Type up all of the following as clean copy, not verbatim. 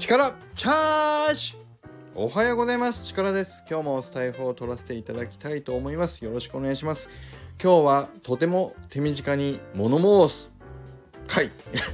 力チャージ。おはようございます。力です。今日もスタイフを取らせていただきたいと思います。よろしくお願いします。今日はとても手短に物申す回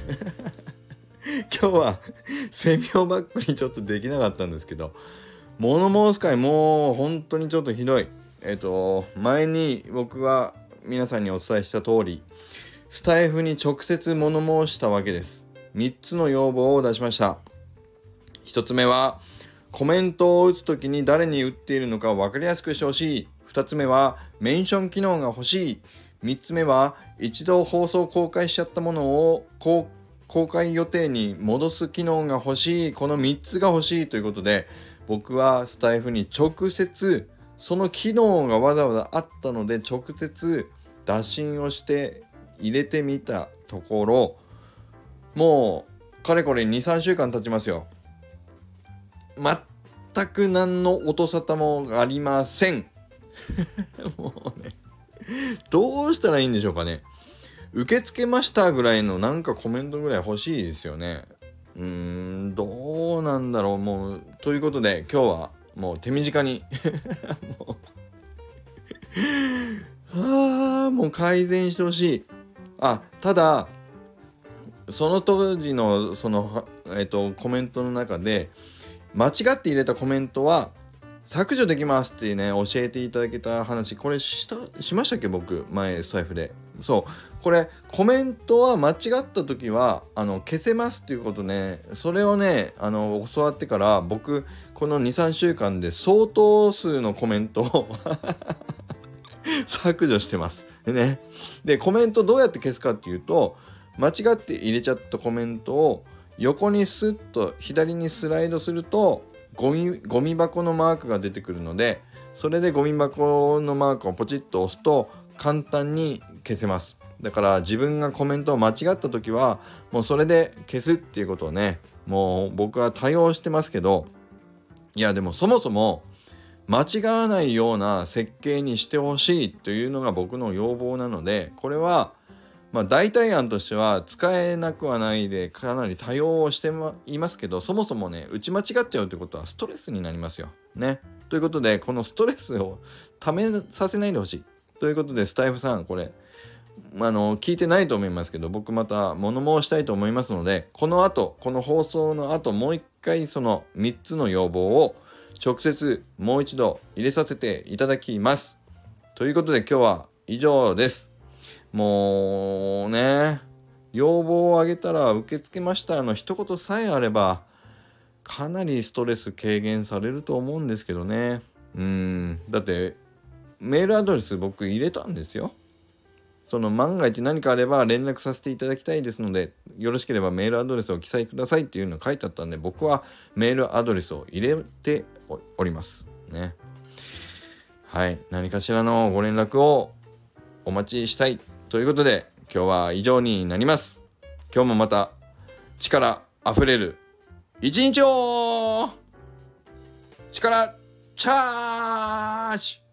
今日はセミオバックにちょっとできなかったんですけど、物申す回もう本当にちょっとひどい。前に僕が皆さんにお伝えした通り、スタイフに直接物申したわけです。3つの要望を出しました。1つ目はコメントを打つときに誰に打っているのか分かりやすくしてほしい。2つ目はメンション機能が欲しい。3つ目は一度放送公開しちゃったものを公開予定に戻す機能が欲しい。この3つが欲しいということで、僕はスタイフに直接その機能がわざわざあったので直接打診をして入れてみたところ、もうかれこれ 2,3 週間経ちますよ。全く何の音沙汰もありませんもうね、どうしたらいいんでしょうかね。受け付けましたぐらいのなんかコメントぐらい欲しいですよね。どうなんだろう。もうということで今日はもう手短にもう改善してほしい。ただその当時のコメントの中で間違って入れたコメントは削除できますっていうね、教えていただけた話、これしましたっけ？僕前スタイフで。これコメントは間違った時は消せますっていうことね。それをね教わってから僕この 2,3 週間で相当数のコメントを削除してますね。でコメントどうやって消すかっていうと、間違って入れちゃったコメントを横にスッと左にスライドするとゴミ箱のマークが出てくるので、それでゴミ箱のマークをポチッと押すと簡単に消せます。だから自分がコメントを間違った時はもうそれで消すっていうことをね、もう僕は対応してますけど、いやでもそもそも間違わないような設計にしてほしいというのが僕の要望なので、これは代替案としては使えなくはないでかなり多用をしていますけど、そもそもね打ち間違っちゃうということはストレスになりますよね。ということでこのストレスをためさせないでほしいということで、スタイフさんこれ聞いてないと思いますけど、僕また物申したいと思いますので、この放送の後もう一回その3つの要望を直接もう一度入れさせていただきます。ということで今日は以上です。もうね、要望をあげたら受け付けましたの一言さえあればかなりストレス軽減されると思うんですけどね。だってメールアドレス僕入れたんですよ。その万が一何かあれば連絡させていただきたいですので、よろしければメールアドレスを記載くださいっていうのが書いてあったんで、僕はメールアドレスを入れておりますね。はい、何かしらのご連絡をお待ちしたいということで今日は以上になります。今日もまた力あふれる一日を力チャージ。